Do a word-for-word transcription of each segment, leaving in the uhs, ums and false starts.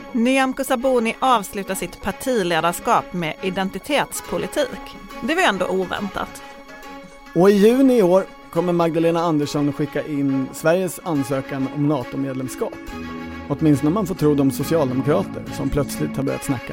Nyamko Sabuni avslutar sitt partiledarskap med identitetspolitik. Det var ändå oväntat. Och i juni i år kommer Magdalena Andersson skicka in Sveriges ansökan om NATO-medlemskap. Åtminstone om man får tro de socialdemokrater som plötsligt har börjat snacka.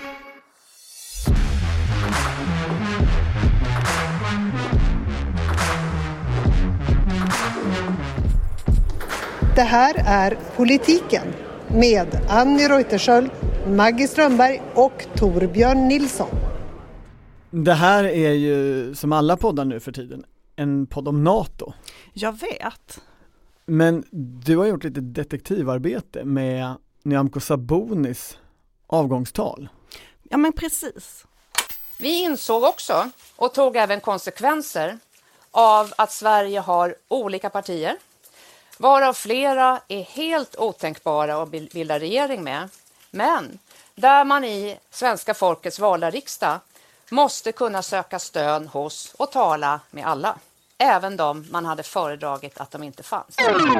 Det här är Politiken med Annie Reuterskiöld, Maggie Strömberg och Torbjörn Nilsson. Det här är ju som alla poddar nu för tiden en podd om NATO. Jag vet. Men du har gjort lite detektivarbete med Nyamko Sabunis avgångstal. Ja, men precis. Vi insåg också och tog även konsekvenser av att Sverige har olika partier, varav flera är helt otänkbara att bilda regering med, men där man i svenska folkets valda riksdag måste kunna söka stöd hos och tala med alla, även de man hade föredragit att de inte fanns.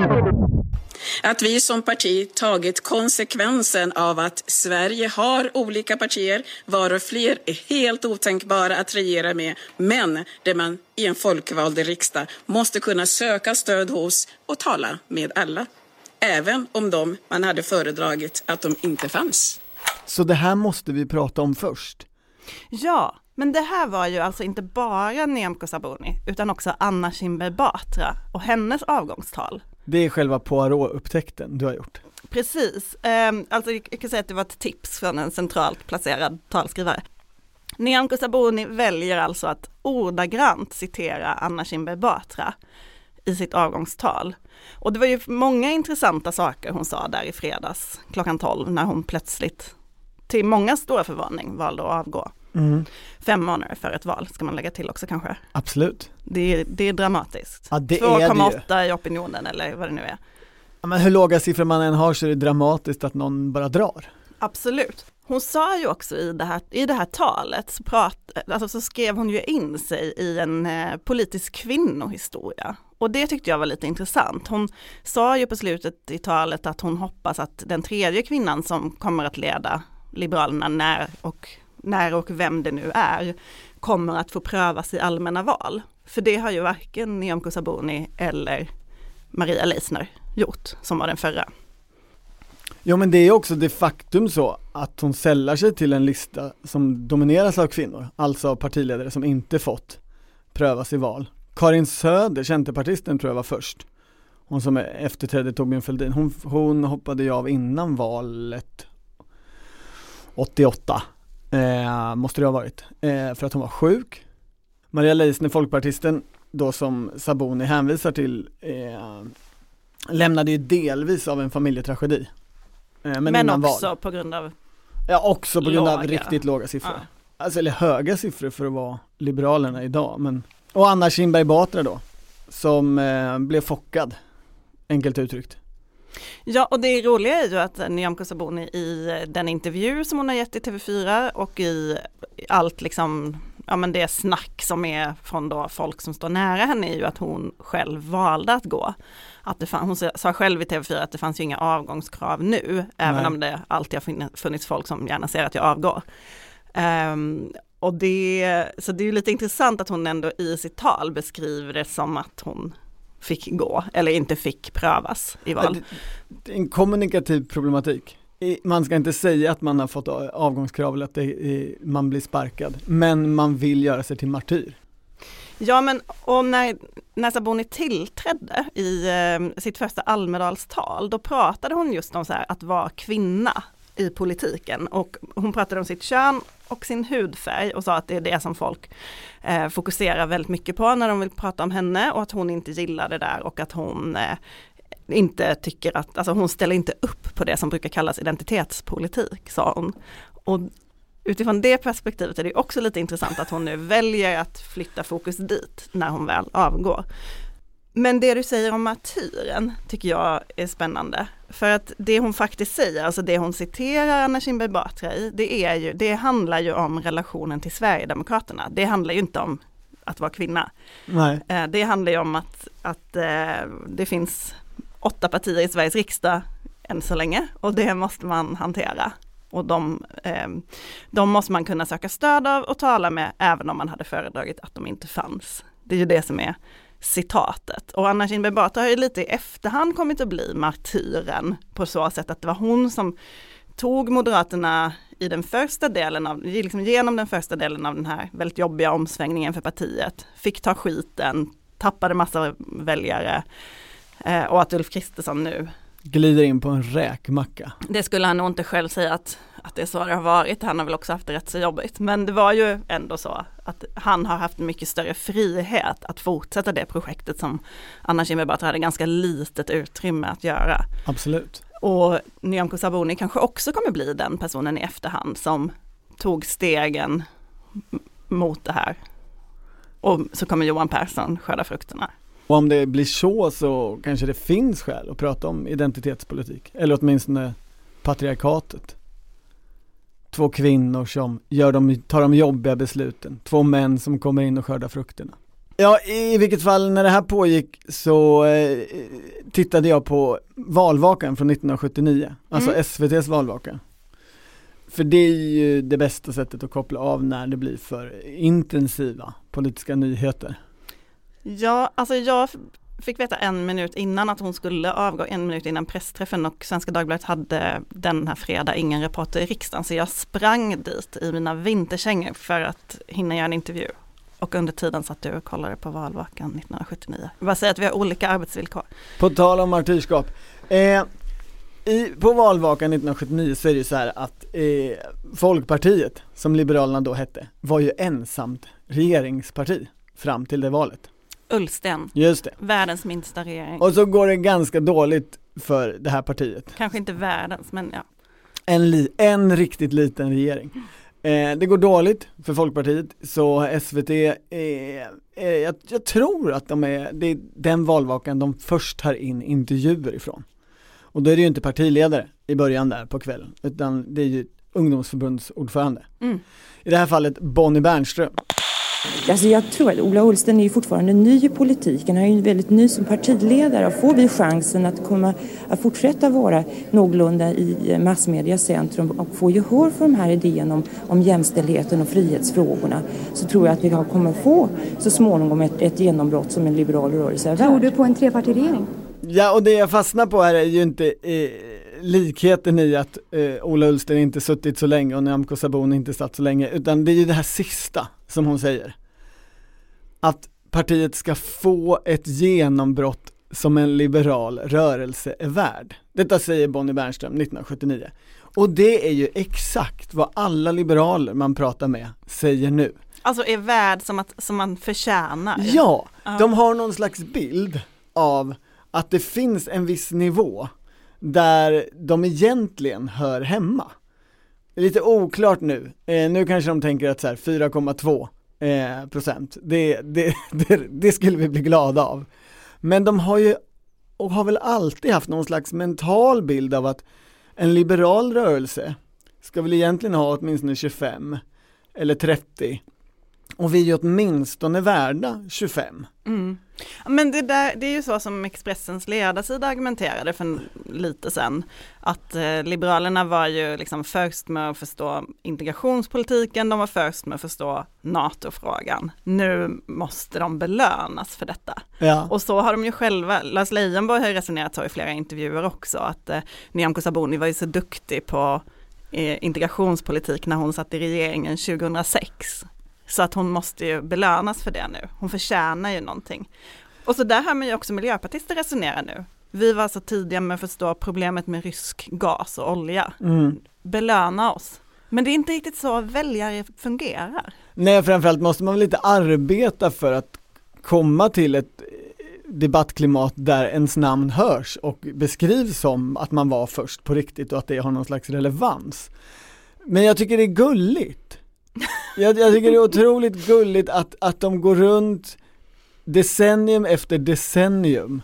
Att vi som parti tagit konsekvensen av att Sverige har olika partier, varav fler är helt otänkbara att regera med, men där man i en folkvald riksdag måste kunna söka stöd hos och tala med alla, även om de man hade föredragit att de inte fanns. Så det här måste vi prata om först. Ja, men det här var ju alltså inte bara Nyamko Sabuni utan också Anna Kinberg Batra och hennes avgångstal. Det är själva Poirot-upptäckten du har gjort. Precis. Eh, alltså jag kan säga att det var ett tips från en centralt placerad talskrivare. Nyamko Sabuni väljer alltså att ordagrant citera Anna Kinberg Batra i sitt avgångstal. Och det var ju många intressanta saker hon sa där i fredags klockan tolv när hon plötsligt till många stora förvåning valde att avgå. Mm. Fem månader för ett val ska man lägga till också kanske. Absolut. Det är, det är dramatiskt. Ja, det två komma åtta i opinionen eller vad det nu är. Ja, men hur låga siffror man än har så är det dramatiskt att någon bara drar. Absolut. Hon sa ju också i det här, i det här talet så, prat, alltså så skrev hon ju in sig i en eh, politisk kvinnohistoria. Och det tyckte jag var lite intressant. Hon sa ju på slutet i talet att hon hoppas att den tredje kvinnan som kommer att leda Liberalerna när och, när och vem det nu är kommer att få prövas i allmänna val. För det har ju varken Nyamko Sabuni eller Maria Leissner gjort som var den förra. Ja, men det är också det faktum så att hon sällar sig till en lista som domineras av kvinnor, alltså av partiledare som inte fått prövas i val. Karin Söder, centerpartisten, tror jag var först. Hon som efterträdde Torbjörn Fälldin. Hon, hon hoppade ju av innan valet åttioåtta. Eh, måste det ha varit. Eh, för att hon var sjuk. Maria Leissner, folkpartisten, då som Sabuni hänvisar till, eh, lämnade ju delvis av en familjetragedi. Eh, men men också val. på grund av Ja, också på grund låga. av riktigt låga siffror. Ja. Alltså, eller höga siffror för att vara Liberalerna idag. Men... Och Anna Kinberg Batra då, som eh, blev chockad, enkelt uttryckt. Ja, och det roliga är ju att Nyamko Sabuni i den intervju som hon har gett i T V fyra och i allt liksom, ja men det snack som är från då folk som står nära henne är ju att hon själv valde att gå. Att det fann, hon sa själv i T V fyra att det fanns ju inga avgångskrav nu, även Nej. om det alltid har funnits folk som gärna ser att jag avgår. Um, och det, så det är ju lite intressant att hon ändå i sitt tal beskriver det som att hon fick gå eller inte fick prövas i val. Det är en kommunikativ problematik. Man ska inte säga att man har fått avgångskrav eller att det är, man blir sparkad. Men man vill göra sig till martyr. Ja, men och när, när Sabuni tillträdde i eh, sitt första Almedalstal, då pratade hon just om så här, att vara kvinna i politiken. Och hon pratade om sitt kön och sin hudfärg och sa att det är det som folk eh, fokuserar väldigt mycket på när de vill prata om henne, och att hon inte gillar det där och att hon eh, inte tycker att, alltså hon ställer inte upp på det som brukar kallas identitetspolitik, sa hon. Och utifrån det perspektivet är det också lite intressant att hon nu väljer att flytta fokus dit när hon väl avgår. Men det du säger om martyren tycker jag är spännande. För att det hon faktiskt säger, alltså det hon citerar Anna Kinberg Batra i, det, är ju, det handlar ju om relationen till Sverigedemokraterna. Det handlar ju inte om att vara kvinna. Nej. Det handlar ju om att, att det finns åtta partier i Sveriges riksdag än så länge, och det måste man hantera. och de, eh, de måste man kunna söka stöd av och tala med även om man hade föredragit att de inte fanns. Det är ju det som är citatet. Och Anna Kinberg Batra har ju lite i efterhand kommit att bli martyren på så sätt att det var hon som tog Moderaterna i den första delen av, liksom genom den första delen av den här väldigt jobbiga omsvängningen för partiet, fick ta skiten, tappade massa väljare eh, och att Ulf Kristersson nu glider in på en räkmacka. Det skulle han nog inte själv säga att, att det är så det har varit. Han har väl också haft det rätt så jobbigt. Men det var ju ändå så att han har haft mycket större frihet att fortsätta det projektet som Anna Kinberg Batra hade ganska litet utrymme att göra. Absolut. Och Nyamko Sabuni kanske också kommer bli den personen i efterhand som tog stegen mot det här. Och så kommer Johan Persson skörda frukterna. Och om det blir så så kanske det finns skäl att prata om identitetspolitik. Eller åtminstone patriarkatet. Två kvinnor som gör de, tar de jobbiga besluten. Två män som kommer in och skördar frukterna. Ja, i vilket fall när det här pågick så eh, tittade jag på valvakan från nittonhundrasjuttionio. Alltså mm. S V T:s valvakan. För det är ju det bästa sättet att koppla av när det blir för intensiva politiska nyheter. Ja, alltså jag fick veta en minut innan att hon skulle avgå, en minut innan pressträffen, och Svenska Dagbladet hade den här fredag ingen reporter i riksdagen, så jag sprang dit i mina vinterkängor för att hinna göra en intervju. Och under tiden satt jag och kollade på valvakan nittonhundrasjuttionio. Jag vill säga att vi har olika arbetsvillkor. På tal om martyrskap. Eh, i, på valvakan nittonhundrasjuttionio så är det så här att eh, Folkpartiet, som Liberalerna då hette, var ju ensamt regeringsparti fram till det valet. Ullsten. Just det. Världens minsta regering. Och så går det ganska dåligt för det här partiet. Kanske inte världens, men ja. En, li- en riktigt liten regering. Eh, det går dåligt för Folkpartiet, så S V T, eh, eh, jag, jag tror att de är, det är den valvakan de först tar in intervjuer ifrån. Och då är det ju inte partiledare i början där på kvällen, utan det är ju ungdomsförbundsordförande. Mm. I det här fallet Bonnie Bernström. Alltså jag tror att Ola Ullsten är ju fortfarande ny i politiken. Han är ju väldigt ny som partiledare. Och får vi chansen att, komma, att fortsätta vara någorlunda i massmedias centrum och få gehör för de här idéerna om, om jämställdheten och frihetsfrågorna, så tror jag att vi kommer få så småningom ett, ett genombrott som en liberal rörelse är värd. Tror du på en trepartiregering? Ja, och det jag fastnar på här är ju inte eh, likheten i att eh, Ola Ullsten inte suttit så länge och Nyamko Sabuni inte satt så länge, utan det är ju det här sista som hon säger. Att partiet ska få ett genombrott som en liberal rörelse är värd. Detta säger Bonnie Bernström nittonhundrasjuttionio. Och det är ju exakt vad alla liberaler man pratar med säger nu. Alltså är värd som, att, som man förtjänar. Ja, uh. de har någon slags bild av att det finns en viss nivå där de egentligen hör hemma. Det är lite oklart nu. Eh, nu kanske de tänker att så här fyra komma två eh, procent, det, det, det, det skulle vi bli glada av. Men de har ju och har väl alltid haft någon slags mental bild av att en liberal rörelse ska väl egentligen ha åtminstone tjugofem eller trettio. Och vi är ju åtminstone värda tjugofem. Mm. Men det, där, det är ju så som Expressens ledarsida argumenterade för lite sedan. Att eh, Liberalerna var ju liksom först med att förstå integrationspolitiken. De var först med att förstå NATO-frågan. Nu måste de belönas för detta. Ja. Och så har de ju själva, Lars Leijonborg har resonerat så i flera intervjuer också. Att eh, Nyamko Sabuni var ju så duktig på eh, integrationspolitik när hon satt i regeringen tjugohundrasex. Så att hon måste ju belönas för det nu. Hon förtjänar ju någonting. Och så där har man ju också miljöpartister resonera nu. Vi var så tidiga med att förstå problemet med rysk gas och olja. Mm. Belöna oss. Men det är inte riktigt så väljare fungerar. Nej, framförallt måste man väl lite arbeta för att komma till ett debattklimat där ens namn hörs och beskrivs som att man var först på riktigt och att det har någon slags relevans. Men jag tycker det är gulligt. Jag, jag tycker det är otroligt gulligt att, att de går runt decennium efter decennium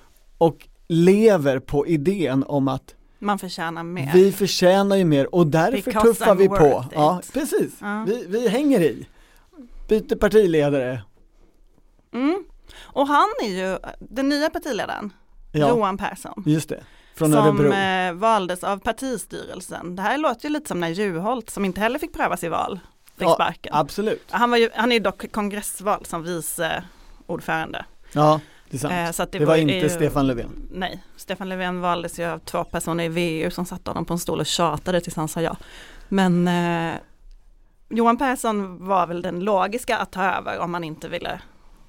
och lever på idén om att man förtjänar mer. Vi förtjänar ju mer och därför Because tuffar I'm vi på. It. Ja, precis. Uh. Vi, vi hänger i. Byter partiledare. Mm. Och han är ju den nya partiledaren, ja. Johan Persson. Just det. Från som Örebro. eh, valdes av partistyrelsen. Det här låter ju lite som när Juholt, som inte heller fick prövas i val, fick Ja, sparken. absolut. Han, var ju, han är ju dock kongressval som vice ordförande. Ja, det är sant. Eh, så att det, det var var inte ju, Stefan Löfven. Nej, Stefan Löfven valdes ju av två personer i V U som satte honom på en stol och tjatade tills han sa ja. Men eh, Johan Persson var väl den logiska att ta över om man inte ville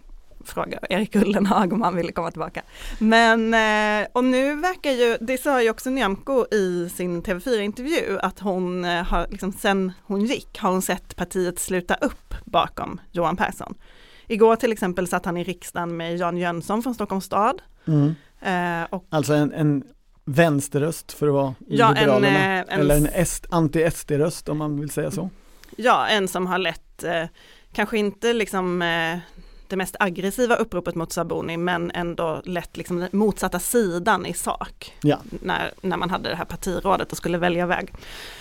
fråga Erik Ullenhag om han ville komma tillbaka. Men, eh, och nu verkar ju, det sa ju också Nyamko i sin T V fyra-intervju, att hon eh, har, liksom, sen hon gick, har hon sett partiet sluta upp bakom Johan Persson. Igår till exempel satt han i riksdagen med Jan Jönsson från Stockholms stad. Mm. Eh, och, Alltså en, en vänsterröst för att vara i Ja, en, Liberalerna. eh, en- Eller en est, anti-S D-röst om man vill säga så. ja, en som har lett, eh, kanske inte liksom eh, det mest aggressiva uppropet mot Sabuni, men ändå lett liksom den motsatta sidan i sak. Ja. När, när man hade det här partirådet och skulle välja väg.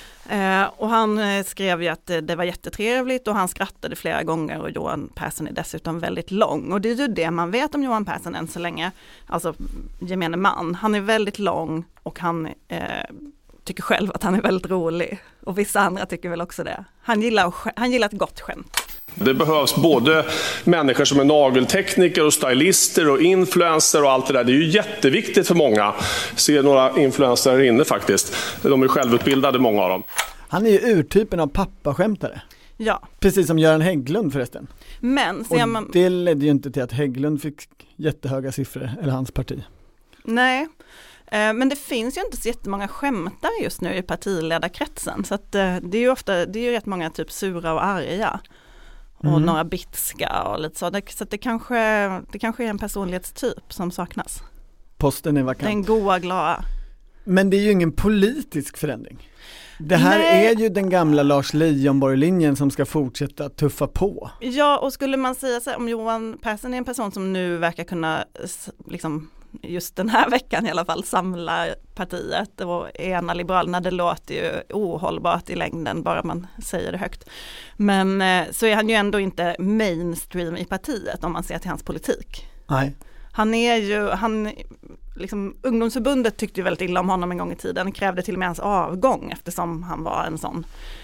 Eh, och han eh, skrev ju att det, det var jättetrevligt och han skrattade flera gånger, och Johan Persson är dessutom väldigt lång. Och det är ju det man vet om Johan Persson än så länge, alltså gemene man. Han är väldigt lång och han eh, tycker själv att han är väldigt rolig. Och vissa andra tycker väl också det. Han gillar, han gillar ett gott skämt. Det behövs både människor som är nageltekniker och stylister och influencer och allt det där. Det är ju jätteviktigt för många. Jag ser några influencer här inne faktiskt. De är självutbildade, många av dem. Han är ju urtypen av pappaskämtare. Ja, Precis som Göran Hägglund förresten. men ser Och man... det ledde ju inte till att Hägglund fick jättehöga siffror, eller hans parti. Nej, eh, men det finns ju inte så jättemånga skämtare just nu i partiledarkretsen. Så att, eh, det är ju ofta, det är ju rätt många typ sura och arga. Och Mm. några bitska och lite så. Det, så att det, kanske, det kanske är en personlighetstyp som saknas. Posten är vakant. Den goa, glada. Men det är ju ingen politisk förändring. Det här Nej. är ju den gamla Lars Leijonborg-linjen som ska fortsätta tuffa på. Ja, och skulle man säga så här, om Johan Persson är en person som nu verkar kunna, s- liksom, just den här veckan i alla fall, samla partiet och ena Liberalerna, det låter ju ohållbart i längden bara man säger det högt. Men eh, så är han ju ändå inte mainstream i partiet om man ser till hans politik. Nej. Han är ju, han, liksom, ungdomsförbundet tyckte ju väldigt illa om honom en gång i tiden, krävde till och med hans avgång eftersom han var en sån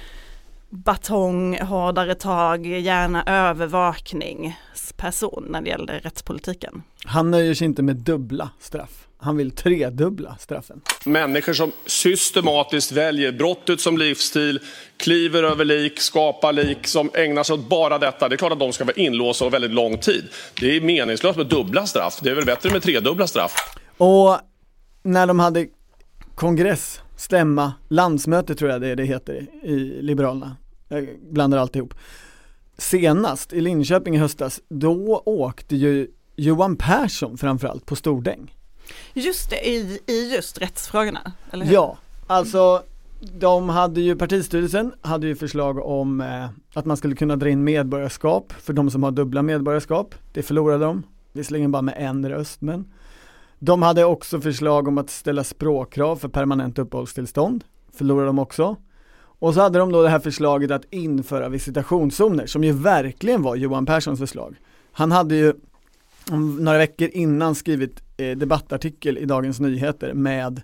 batong, hårdare tag, gärna övervakningsperson när det gällde rättspolitiken. Han nöjer sig inte med dubbla straff. Han vill tredubbla straffen. Människor som systematiskt väljer brottet som livsstil, kliver över lik, skapar lik, som ägnar sig åt bara detta. Det är klart att de ska vara inlåsta väldigt lång tid. Det är meningslöst med dubbla straff. Det är väl bättre med tredubbla straff. Och när de hade kongress, stämma, landsmöte tror jag det, det heter i Liberalerna. Jag blandar alltihop. Senast i Linköping i höstas, då åkte ju Johan Persson framförallt på stordäng. Just det, i, i just rättsfrågorna, eller hur? Ja, alltså de hade ju, partistyrelsen hade ju förslag om eh, att man skulle kunna dra in medborgarskap för de som har dubbla medborgarskap. Det förlorade de, visserligen bara med en röst, men de hade också förslag om att ställa språkkrav för permanent uppehållstillstånd. Förlorade de också. Och så hade de då det här förslaget att införa visitationszoner, som ju verkligen var Johan Perssons förslag. Han hade ju om några veckor innan skrivit eh, debattartikel i Dagens Nyheter med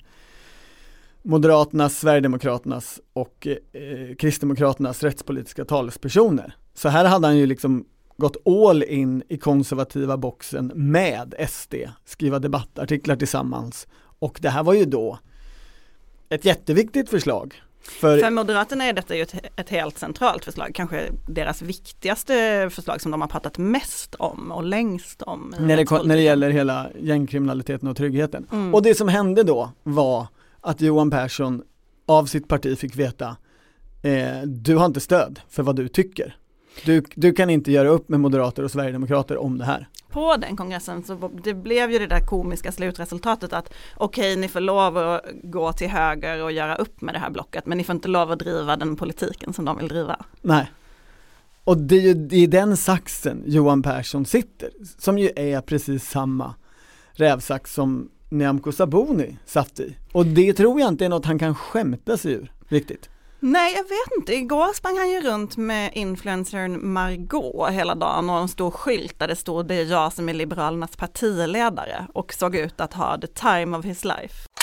Moderaternas, Sverigedemokraternas och eh, Kristdemokraternas rättspolitiska talespersoner. Så här hade han ju liksom gått all in i konservativa boxen med S D, skriva debattartiklar tillsammans. Och det här var ju då ett jätteviktigt förslag. För, För Moderaterna är detta ju ett, ett helt centralt förslag, kanske deras viktigaste förslag som de har pratat mest om och längst om. när, det, när det gäller hela gängkriminaliteten och tryggheten. Mm. Och det som hände då var att Johan Persson av sitt parti fick veta eh, du har inte stöd för vad du tycker. Du, du kan inte göra upp med moderater och sverigedemokrater om det här. På den kongressen så det blev ju det där komiska slutresultatet att okej, ni får lov att gå till höger och göra upp med det här blocket, men ni får inte lov att driva den politiken som de vill driva. Nej. Och det är ju i den saxen Johan Persson sitter, som ju är precis samma rävsax som Nyamko Sabuni satt i. Och det tror jag inte är något han kan skämta sig ur riktigt. Nej, jag vet inte. Igår sprang han ju runt med influencern Margot hela dagen och en stor skylt där det stod det är jag som är Liberalernas partiledare och såg ut att ha the time of his life.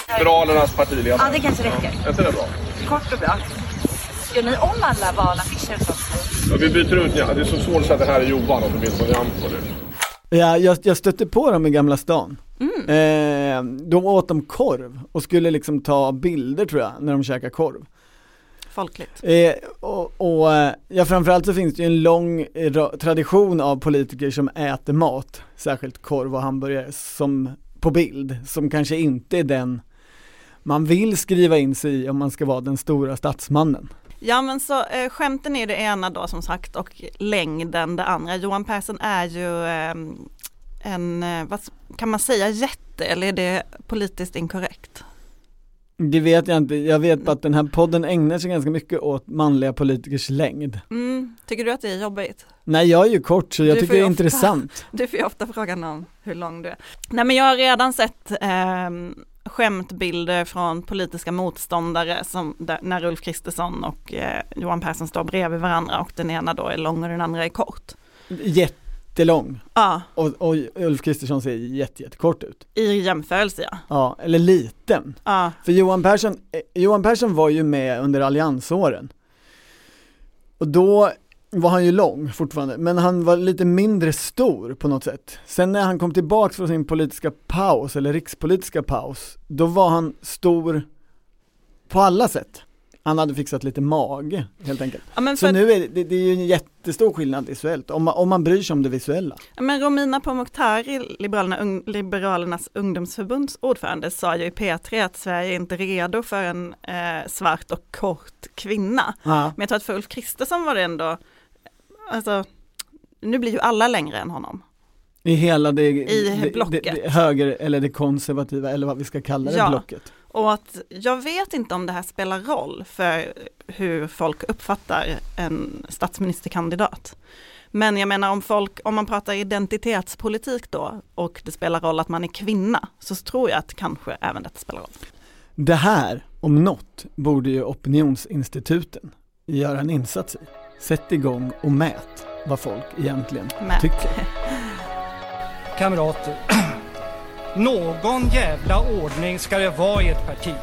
Liberalernas partiledare. Ja, det kanske räcker. Jag tror det är bra. Kort och bra. Gör ni om alla valaffischer? Ja, vi byter ut, ja. Det är så svårt att säga att det här är Johan och det finns någon namn på det. Ja, jag, jag stötte på dem i Gamla stan. Mm. Eh, de åt de korv och skulle liksom ta bilder tror jag när de käkar korv. Folkligt. Eh, och, och ja, framförallt så finns det ju en lång eh, tradition av politiker som äter mat, särskilt korv och hamburgare, som på bild, som kanske inte är den man vill skriva in sig i om man ska vara den stora statsmannen. Ja, men så eh, skämten är det ena då som sagt och längden det andra. Johan Persson är ju eh, en, eh, vad kan man säga, jätte, eller är det politiskt inkorrekt? Det vet jag inte. Jag vet bara att den här podden ägnar sig ganska mycket åt manliga politikers längd. Mm. Tycker du att det är jobbigt? Nej, jag är ju kort så jag du tycker det är ofta, intressant. Du får ju ofta frågan om hur lång du är. Nej, men jag har redan sett eh, skämtbilder från politiska motståndare som där, när Ulf Kristersson och eh, Johan Persson står bredvid varandra och den ena då är lång och den andra är kort. Jättelång. Ja. Och, och Ulf Kristersson ser jätte, jättekort ut. I jämförelse, ja. Ja, eller liten. Ja. För Johan Persson, Johan Persson var ju med under alliansåren. Och då var han ju lång fortfarande, men han var lite mindre stor på något sätt. Sen när han kom tillbaka från sin politiska paus, eller rikspolitiska paus, då var han stor på alla sätt. Han hade fixat lite mage, helt enkelt. Ja, men så nu är det, det är ju en jättestor skillnad visuellt, om man, om man bryr sig om det visuella. Ja, men Romina Pourmokhtari, Liberalerna, un, Liberalernas ungdomsförbunds ordförande, sa ju i P tre att Sverige är inte redo för en eh, svart och kort kvinna. Ja. Men jag tror att för Ulf Kristersson var det ändå, alltså, nu blir ju alla längre än honom. I hela det, I det, blocket. Det, det höger eller det konservativa, eller vad vi ska kalla det, ja. Blocket. Och att jag vet inte om det här spelar roll för hur folk uppfattar en statsministerkandidat. Men jag menar om folk, om man pratar identitetspolitik då och det spelar roll att man är kvinna, så tror jag att kanske även detta spelar roll. Det här om något borde ju opinionsinstituten göra en insats i. Sätt igång och mät vad folk egentligen mät. tycker. Kamrater, någon jävla ordning ska det vara i ett parti.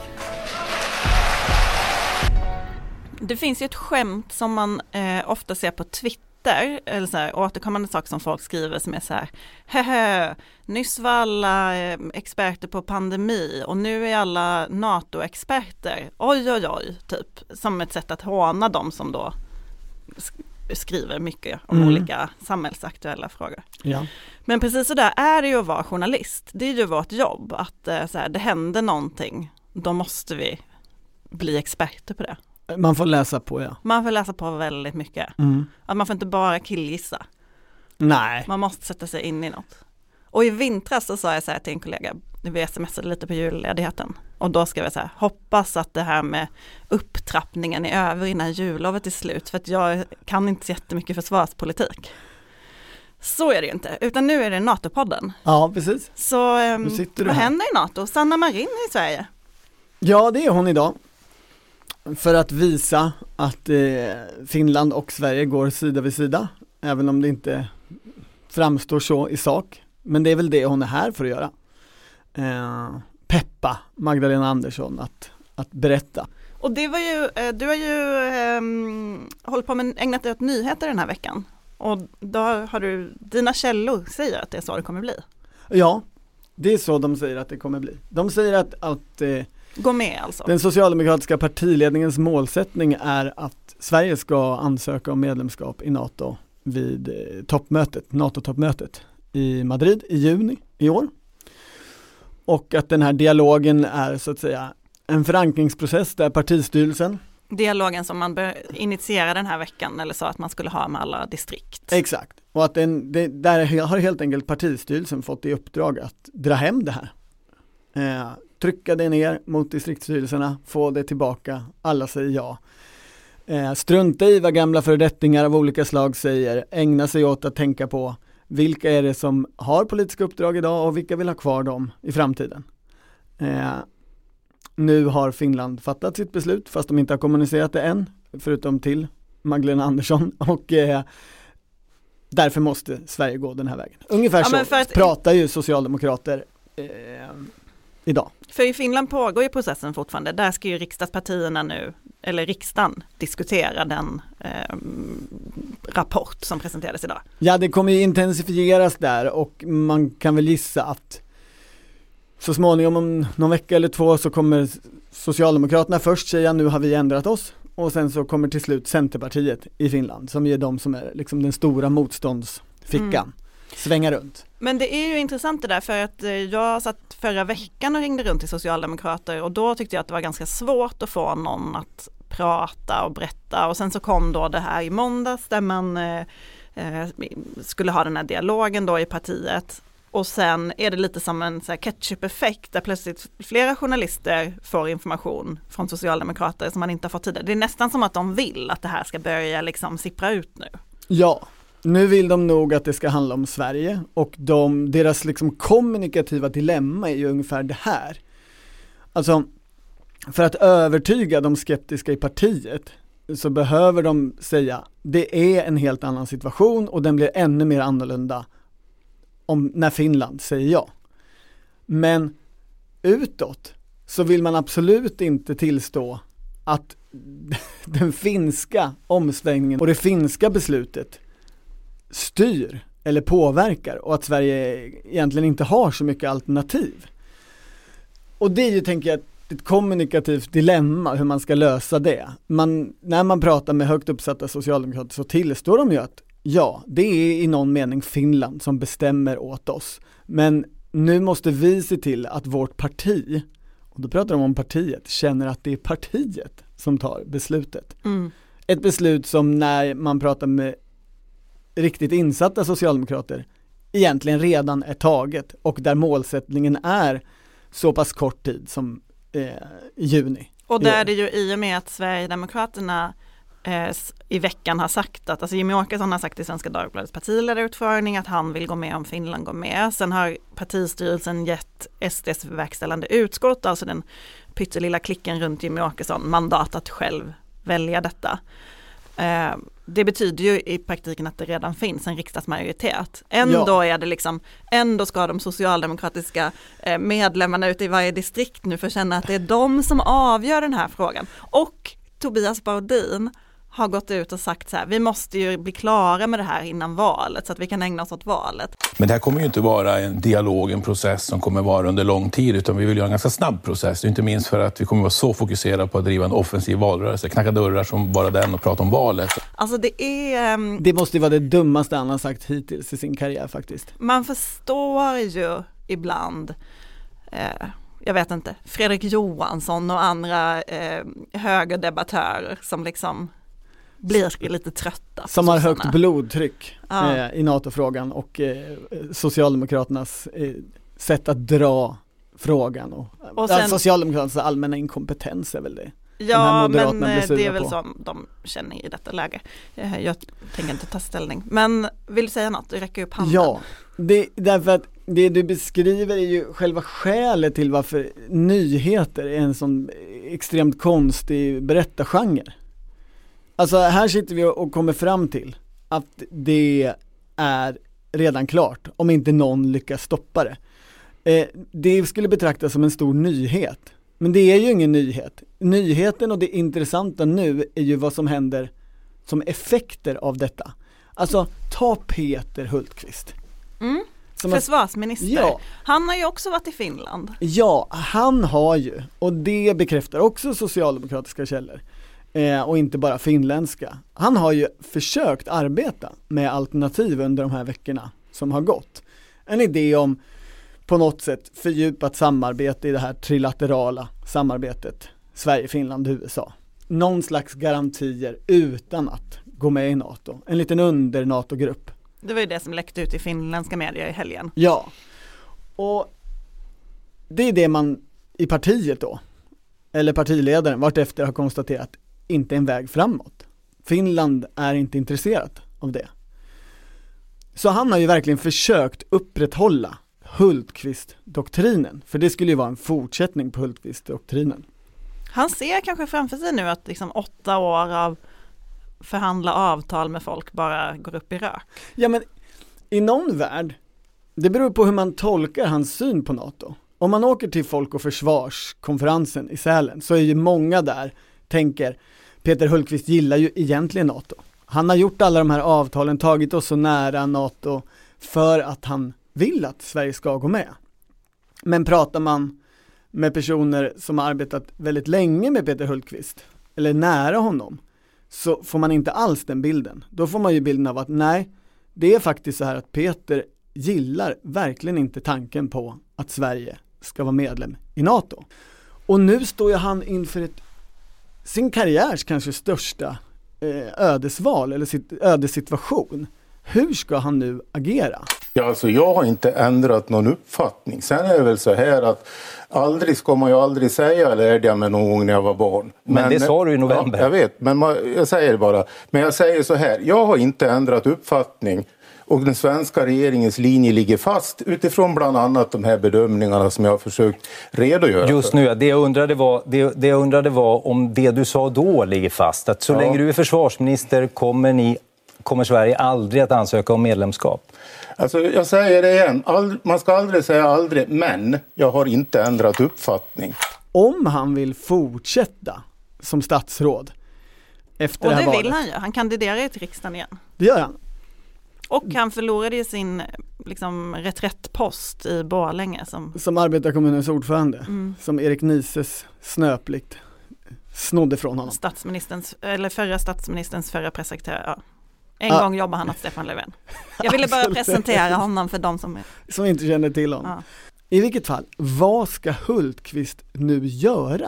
Det finns ju ett skämt som man eh, ofta ser på Twitter, eller så här, återkommande saker som folk skriver som är så här: hehe, nyss var alla eh, experter på pandemi och nu är alla NATO-experter. Oj oj oj, typ. Som ett sätt att håna dem som då sk- skriver mycket om mm. olika samhällsaktuella frågor. Ja. Men precis så där är det ju att vara journalist. Det är ju vårt jobb att eh, så här, det händer någonting. Då måste vi bli experter på det. Man får läsa på, ja. Man får läsa på väldigt mycket. Mm. Att man får inte bara killgissa. Nej. Man måste sätta sig in i något. Och i vintras så sa jag så här till en kollega, vi smsade lite på julledigheten. Och då ska vi så här, hoppas att det här med upptrappningen är över innan jullovet är slut. För att jag kan inte så jättemycket försvarspolitik. Så är det ju inte, utan nu är det NATO-podden. Ja, precis. Så um, vad här. händer i NATO? Sanna Marin i Sverige? Ja, det är hon idag. För att visa att eh, Finland och Sverige går sida vid sida. Även om det inte framstår så i sak. Men det är väl det hon är här för att göra. Eh, peppa Magdalena Andersson att, att berätta. Och det var ju, du har ju eh, hållit på med ägnat dig åt nyheter den här veckan. Och då har du, dina källor säger att det är så det kommer bli. Ja, det är så de säger att det kommer bli. De säger att, att eh, gå med alltså. Den socialdemokratiska partiledningens målsättning är att Sverige ska ansöka om medlemskap i NATO vid eh, toppmötet, NATO-toppmötet i Madrid i juni i år. Och att den här dialogen är så att säga en förankringsprocess där partistyrelsen. Dialogen som man bör initiera den här veckan eller så att man skulle ha med alla distrikt. Exakt. Och att den, det, där har helt enkelt partistyrelsen fått i uppdrag att dra hem det här. Eh, trycka det ner mot distriktsstyrelserna, få det tillbaka, alla säger ja. Eh, strunta i vad gamla föredettingar av olika slag säger, ägna sig åt att tänka på vilka är det som har politiska uppdrag idag och vilka vill ha kvar dem i framtiden. Eh, nu har Finland fattat sitt beslut fast de inte har kommunicerat det än, förutom till Magdalena Andersson och eh, därför måste Sverige gå den här vägen. Ungefär ja, så att... pratar ju socialdemokrater eh, idag. För i Finland pågår ju processen fortfarande. Där ska ju riksdagspartierna nu, eller riksdagen, diskutera den eh, rapport som presenterades idag. Ja, det kommer ju intensifieras där och man kan väl gissa att så småningom om någon vecka eller två så kommer Socialdemokraterna först säga nu har vi ändrat oss och sen så kommer till slut Centerpartiet i Finland som är de som är liksom den stora motståndsfickan. Mm. Svänga runt. Men det är ju intressant det där för att jag satt förra veckan och ringde runt till socialdemokrater och då tyckte jag att det var ganska svårt att få någon att prata och berätta och sen så kom då det här i måndags där man eh, skulle ha den här dialogen då i partiet och sen är det lite som en så här ketchup-effekt där plötsligt flera journalister får information från socialdemokrater som man inte har fått tidigare. Det är nästan som att de vill att det här ska börja liksom sippra ut nu. Ja. Nu vill de nog att det ska handla om Sverige och de, deras liksom kommunikativa dilemma är ju ungefär det här. Alltså, för att övertyga de skeptiska i partiet så behöver de säga det är en helt annan situation och den blir ännu mer annorlunda om när Finland säger ja. Men utåt så vill man absolut inte tillstå att den finska omsvängningen och det finska beslutet styr eller påverkar och att Sverige egentligen inte har så mycket alternativ. Och det är ju, tänker jag, ett kommunikativt dilemma hur man ska lösa det. Man, när man pratar med högt uppsatta socialdemokrater så tillstår de ju att ja, det är i någon mening Finland som bestämmer åt oss. Men nu måste vi se till att vårt parti, och då pratar de om partiet, känner att det är partiet som tar beslutet. Mm. Ett beslut som när man pratar med riktigt insatta socialdemokrater egentligen redan är taget och där målsättningen är så pass kort tid som eh, juni. Och där är det ju i och med att Sverigedemokraterna eh, i veckan har sagt att, alltså Jimmie Åkesson har sagt i Svenska Dagbladets partiledarutfrågning att han vill gå med om Finland går med. Sen har partistyrelsen gett S D:s verkställande utskott, alltså den pyttelilla klicken runt Jimmie Åkesson, mandat att själv välja detta. Eh, det betyder ju i praktiken att det redan finns en riksdagsmajoritet. Ändå ja. är det liksom, ändå ska de socialdemokratiska eh, medlemmarna ute i varje distrikt nu få känna att det är de som avgör den här frågan. Och Tobias Baudin har gått ut och sagt så här, vi måste ju bli klara med det här innan valet så att vi kan ägna oss åt valet. Men det här kommer ju inte vara en dialog, en process som kommer vara under lång tid, utan vi vill göra en ganska snabb process. Inte minst för att vi kommer vara så fokuserade på att driva en offensiv valrörelse, knacka dörrar som bara den och prata om valet. Alltså det är... Um, det måste ju vara det dummaste han har sagt hittills i sin karriär faktiskt. Man förstår ju ibland... Eh, jag vet inte, Fredrik Johansson och andra eh, högerdebattörer som liksom blir lite trötta. Som har högt blodtryck ja. eh, i NATO-frågan och eh, Socialdemokraternas eh, sätt att dra frågan. Och, och sen, Socialdemokraternas allmänna inkompetens är väl det. Ja, men det är väl på. Som de känner i detta läge. Jag tänker inte ta ställning. Men vill du säga något? Du räcker upp handen. Ja, det, därför att det du beskriver är ju själva skälet till varför nyheter är en sån extremt konstig berättargenre. Alltså här sitter vi och kommer fram till att det är redan klart om inte någon lyckas stoppa det. Eh, det skulle betraktas som en stor nyhet. Men det är ju ingen nyhet. Nyheten och det intressanta nu är ju vad som händer som effekter av detta. Alltså, ta Peter Hultqvist. Mm. Försvarsminister. Ja. Han har ju också varit i Finland. Ja, han har ju. Och det bekräftar också socialdemokratiska källor. Eh, och inte bara finländska. Han har ju försökt arbeta med alternativ under de här veckorna som har gått. En idé om på något sätt fördjupat samarbete i det här trilaterala samarbetet Sverige, Finland, U S A. Någon slags garantier utan att gå med i NATO. En liten under NATO-grupp. Det var ju det som läckte ut i finländska medier i helgen. Ja, och det är det man i partiet då, eller partiledaren vart efter har konstaterat inte en väg framåt. Finland är inte intresserat av det. Så han har ju verkligen försökt upprätthålla Hultqvist-doktrinen. För det skulle ju vara en fortsättning på Hultqvist-doktrinen. Han ser kanske framför sig nu att liksom åtta år av förhandla avtal med folk bara går upp i rök. Ja, men i någon värld, det beror på hur man tolkar hans syn på NATO. Om man åker till Folk och Försvarskonferensen i Sälen så är ju många där tänker Peter Hultqvist gillar ju egentligen NATO. Han har gjort alla de här avtalen, tagit oss så nära NATO för att han vill att Sverige ska gå med. Men pratar man med personer som har arbetat väldigt länge med Peter Hultqvist eller nära honom så får man inte alls den bilden. Då får man ju bilden av att nej, det är faktiskt så här att Peter gillar verkligen inte tanken på att Sverige ska vara medlem i NATO. Och nu står ju han inför ett, sin karriärs kanske största eh, ödesval eller sitt, ödessituation. Hur ska han nu agera? Ja, alltså jag har inte ändrat någon uppfattning. Sen är det väl så här att aldrig ska man ju aldrig säga lärde jag mig någon gång när jag var barn. Men, men det sa du i november. Ja, jag vet, men man, jag säger det bara. Men jag säger så här, jag har inte ändrat uppfattning. Och den svenska regeringens linje ligger fast utifrån bland annat de här bedömningarna som jag har försökt redogöra Just för. nu, ja, det jag undrade var, det, det jag undrade var om det du sa då ligger fast. Att så ja. länge du är försvarsminister kommer, ni, kommer Sverige aldrig att ansöka om medlemskap. Alltså jag säger det igen, Ald- man ska aldrig säga aldrig, men jag har inte ändrat uppfattning. Om han vill fortsätta som statsråd efter Och det här det valet. vill han ju, han kandiderar ju till riksdagen igen. Det gör han. Och han förlorade ju sin liksom, reträttpost i Borlänge. Som, som arbetarkommunens ordförande. Mm. Som Erik Nises snöplikt snodde från honom. Statsministerns, eller förra statsministerns förra pressekreterare. Ja. En ah. gång jobbar han åt Stefan Löfven. Jag ville bara presentera honom för de som är... Som inte känner till honom. Ja. I vilket fall, vad ska Hultqvist nu göra?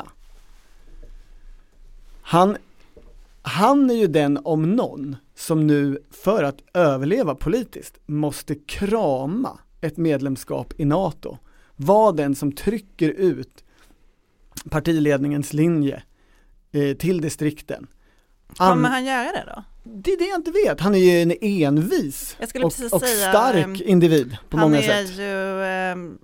Han, han är ju den om någon som nu för att överleva politiskt måste krama ett medlemskap i NATO. Var den som trycker ut partiledningens linje eh, till distrikten. Kommer An- han göra det då? Det är det jag inte vet. Han är ju en envis Jag skulle och, precis och säga, stark individ på många sätt. Han är ju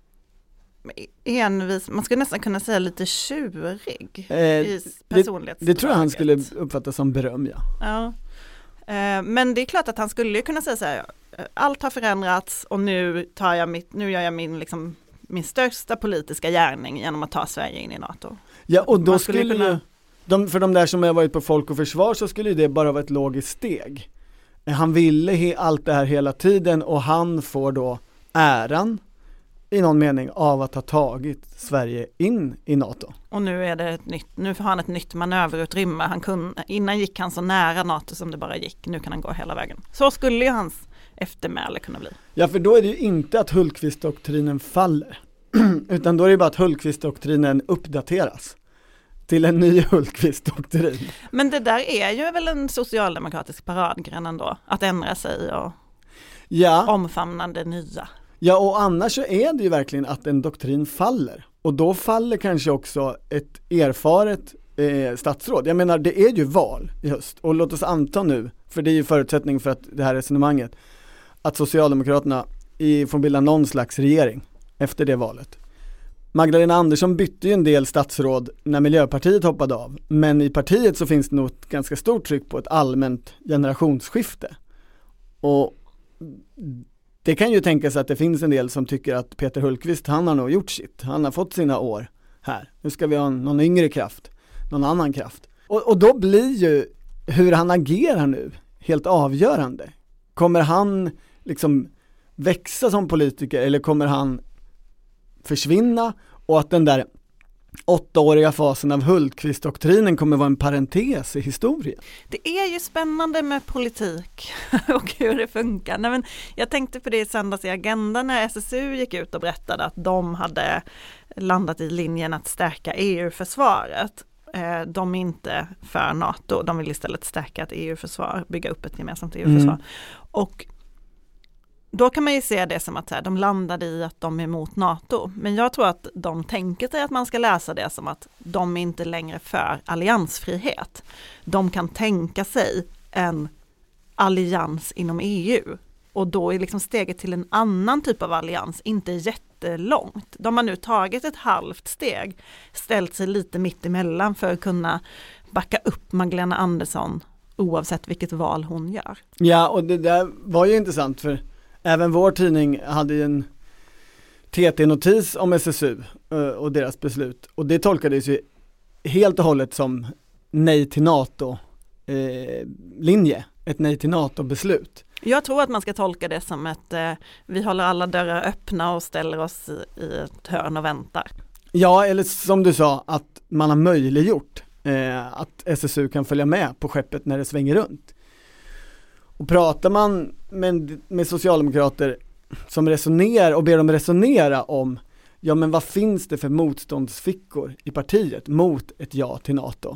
eh, envis, man skulle nästan kunna säga lite tjurig Eh, i personlighetsdraget. Det, det tror jag han skulle uppfatta som beröm, ja. Ja. Eh, men det är klart att han skulle kunna säga så här, allt har förändrats och nu tar jag mitt, nu gör jag min liksom min största politiska gärning genom att ta Sverige in i NATO. Ja, och då Man skulle, skulle kunna... ju, de, för de där som har varit på Folk och Försvar så skulle det bara vara ett logiskt steg. Han ville he, allt det här hela tiden och han får då äran i någon mening av att ha tagit Sverige in i NATO. Och nu är det ett nytt, nu har han ett nytt manöverutrymme. Han kunde, innan gick han så nära NATO som det bara gick. Nu kan han gå hela vägen. Så skulle ju hans eftermäle kunna bli. Ja, för då är det ju inte att Hultqvist-doktrinen faller. Utan då är det bara att Hultqvist-doktrinen uppdateras till en ny Hultqvist-doktrin. Men det där är ju väl en socialdemokratisk paradgren ändå. Att ändra sig och ja. omfamna det nya. Ja, och annars så är det ju verkligen att en doktrin faller. Och då faller kanske också ett erfaret eh, statsråd. Jag menar, det är ju val i höst. Och låt oss anta nu, för det är ju förutsättning för att det här resonemanget, att Socialdemokraterna i, får bilda någon slags regering efter det valet. Magdalena Andersson bytte ju en del statsråd när Miljöpartiet hoppade av. Men i partiet så finns det nog ett ganska stort tryck på ett allmänt generationsskifte. Och det kan ju tänkas att det finns en del som tycker att Peter Hultqvist, han har nog gjort sitt. Han har fått sina år här. Nu ska vi ha någon yngre kraft, någon annan kraft. Och, och då blir ju hur han agerar nu helt avgörande. Kommer han liksom växa som politiker eller kommer han försvinna och att den där åttaåriga fasen av Hultqvist-doktrinen kommer vara en parentes i historien? Det är ju spännande med politik och hur det funkar. Nej, men jag tänkte på det i söndags i Agenda när S S U gick ut och berättade att de hade landat i linjen att stärka E U-försvaret. De är inte för NATO, de vill istället stärka ett E U-försvar, bygga upp ett gemensamt E U-försvar. Mm. Och då kan man ju se det som att här, de landade i att de är emot NATO. Men jag tror att de tänker sig att man ska läsa det som att de är inte längre för alliansfrihet. De kan tänka sig en allians inom E U. Och då är liksom steget till en annan typ av allians inte jättelångt. De har nu tagit ett halvt steg, ställt sig lite mitt emellan för att kunna backa upp Magdalena Andersson oavsett vilket val hon gör. Ja, och det där var ju intressant för även vår tidning hade ju en T T-notis om S S U och deras beslut. Och det tolkades ju helt och hållet som nej till NATO-linje. Eh, ett nej till NATO-beslut. Jag tror att man ska tolka det som att eh, vi håller alla dörrar öppna och ställer oss i, i ett hörn och väntar. Ja, eller som du sa, att man har möjliggjort eh, att S S U kan följa med på skeppet när det svänger runt. Och pratar man med, med socialdemokrater som resonerar och ber dem resonera om, ja men vad finns det för motståndsfickor i partiet mot ett ja till NATO?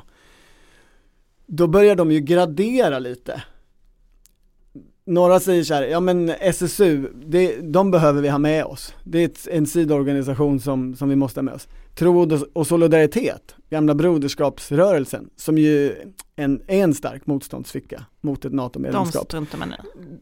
Då börjar de ju gradera lite. Några säger så här, ja men S S U, det, de behöver vi ha med oss. Det är ett, en sidoorganisation som, som vi måste ha med oss. Tro och solidaritet, gamla broderskapsrörelsen, som ju en, är en stark motståndsficka mot ett NATO-medlemskap. De struntar man i.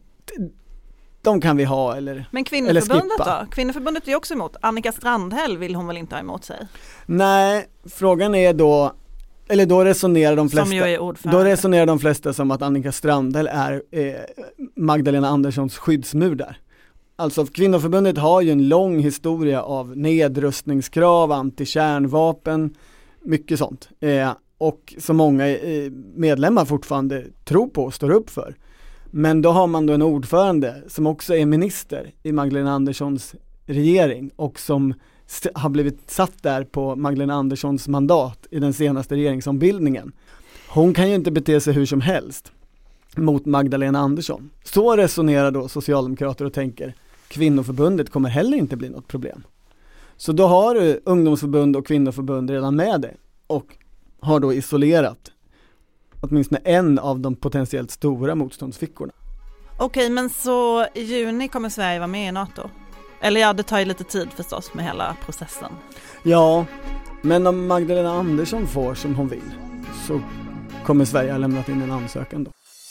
De kan vi ha eller Men kvinnoförbundet då? Kvinnoförbundet är också emot. Annika Strandhäll vill hon väl inte ha emot sig? Nej, frågan är då, eller då resonerar de flesta, som ju är ordförande. Då resonerar de flesta som att Annika Strandhäll är eh, Magdalena Anderssons skyddsmur där. Alltså kvinnoförbundet har ju en lång historia av nedrustningskrav, antikärnvapen, mycket sånt. Eh, och så många eh, medlemmar fortfarande tror på och står upp för. Men då har man då en ordförande som också är minister i Magdalena Anderssons regering och som st- har blivit satt där på Magdalena Anderssons mandat i den senaste regeringsombildningen. Hon kan ju inte bete sig hur som helst mot Magdalena Andersson. Så resonerar då socialdemokrater och tänker, kvinnoförbundet kommer heller inte bli något problem. Så då har du ungdomsförbund och kvinnoförbund redan med det och har då isolerat åtminstone en av de potentiellt stora motståndsfickorna. Okej, men så i juni kommer Sverige vara med i NATO? Eller ja, det tar ju lite tid förstås med hela processen. Ja, men om Magdalena Andersson får som hon vill så kommer Sverige ha lämnat in en ansökan då.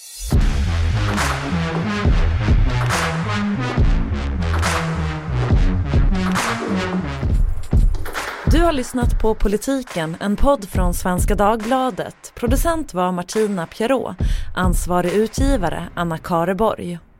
Du har lyssnat på Politiken, en podd från Svenska Dagbladet. Producent var Martina Pierrot, ansvarig utgivare Anna Kareborg.